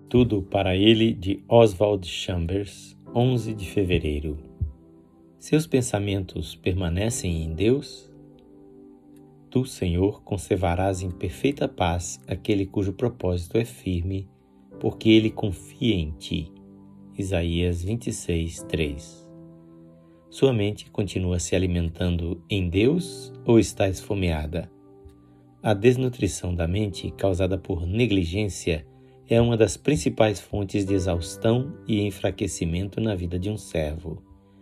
Tudo para ele, de Oswald Chambers, 11 de fevereiro. Seus pensamentos permanecem em Deus? Tu, Senhor, conservarás em perfeita paz aquele cujo propósito é firme, porque ele confia em ti. Isaías 26, 3. Sua mente continua se alimentando em Deus ou está esfomeada? A desnutrição da mente, causada por negligência, é uma das principais fontes de exaustão e enfraquecimento na vida de um servo.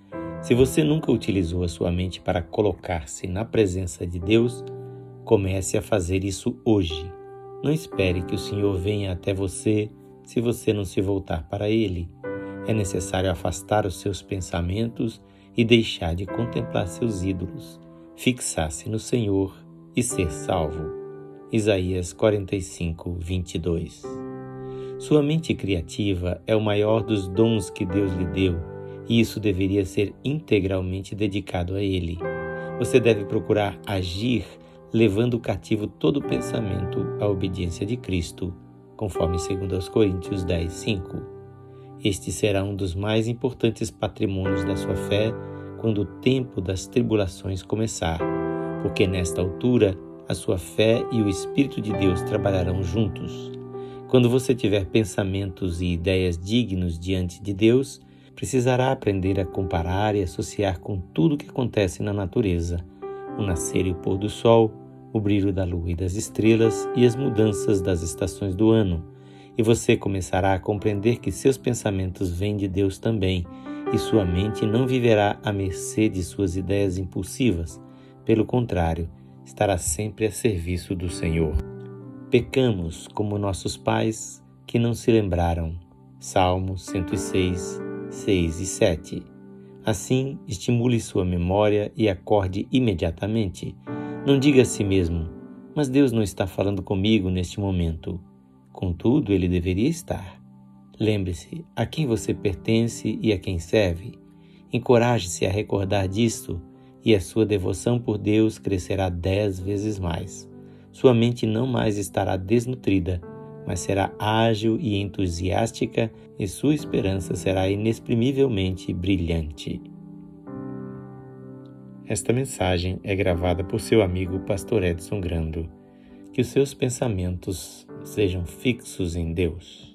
Se você nunca utilizou a sua mente para colocar-se na presença de Deus, comece a fazer isso hoje. Não espere que o Senhor venha até você se você não se voltar para Ele. É necessário afastar os seus pensamentos e deixar de contemplar seus ídolos, fixar-se no Senhor e ser salvo. Isaías 45, 22. Sua mente criativa é o maior dos dons que Deus lhe deu, e isso deveria ser integralmente dedicado a Ele. Você deve procurar agir levando cativo todo pensamento à obediência de Cristo, conforme 2 Coríntios 10, 5. Este será um dos mais importantes patrimônios da sua fé quando o tempo das tribulações começar, porque nesta altura a sua fé e o Espírito de Deus trabalharão juntos. Quando você tiver pensamentos e ideias dignos diante de Deus, precisará aprender a comparar e associar com tudo o que acontece na natureza, o nascer e o pôr do sol, o brilho da lua e das estrelas e as mudanças das estações do ano. E você começará a compreender que seus pensamentos vêm de Deus também, e sua mente não viverá à mercê de suas ideias impulsivas. Pelo contrário, estará sempre a serviço do Senhor. Pecamos como nossos pais que não se lembraram. Salmo 106, 6 e 7. Assim, estimule sua memória e acorde imediatamente. Não diga a si mesmo, mas Deus não está falando comigo neste momento. Contudo, Ele deveria estar. Lembre-se a quem você pertence e a quem serve. Encoraje-se a recordar disto e a sua devoção por Deus crescerá 10 vezes mais. Sua mente não mais estará desnutrida, mas será ágil e entusiástica e sua esperança será inexprimivelmente brilhante. Esta mensagem é gravada por seu amigo Pastor Edson Grando. Que os seus pensamentos sejam fixos em Deus.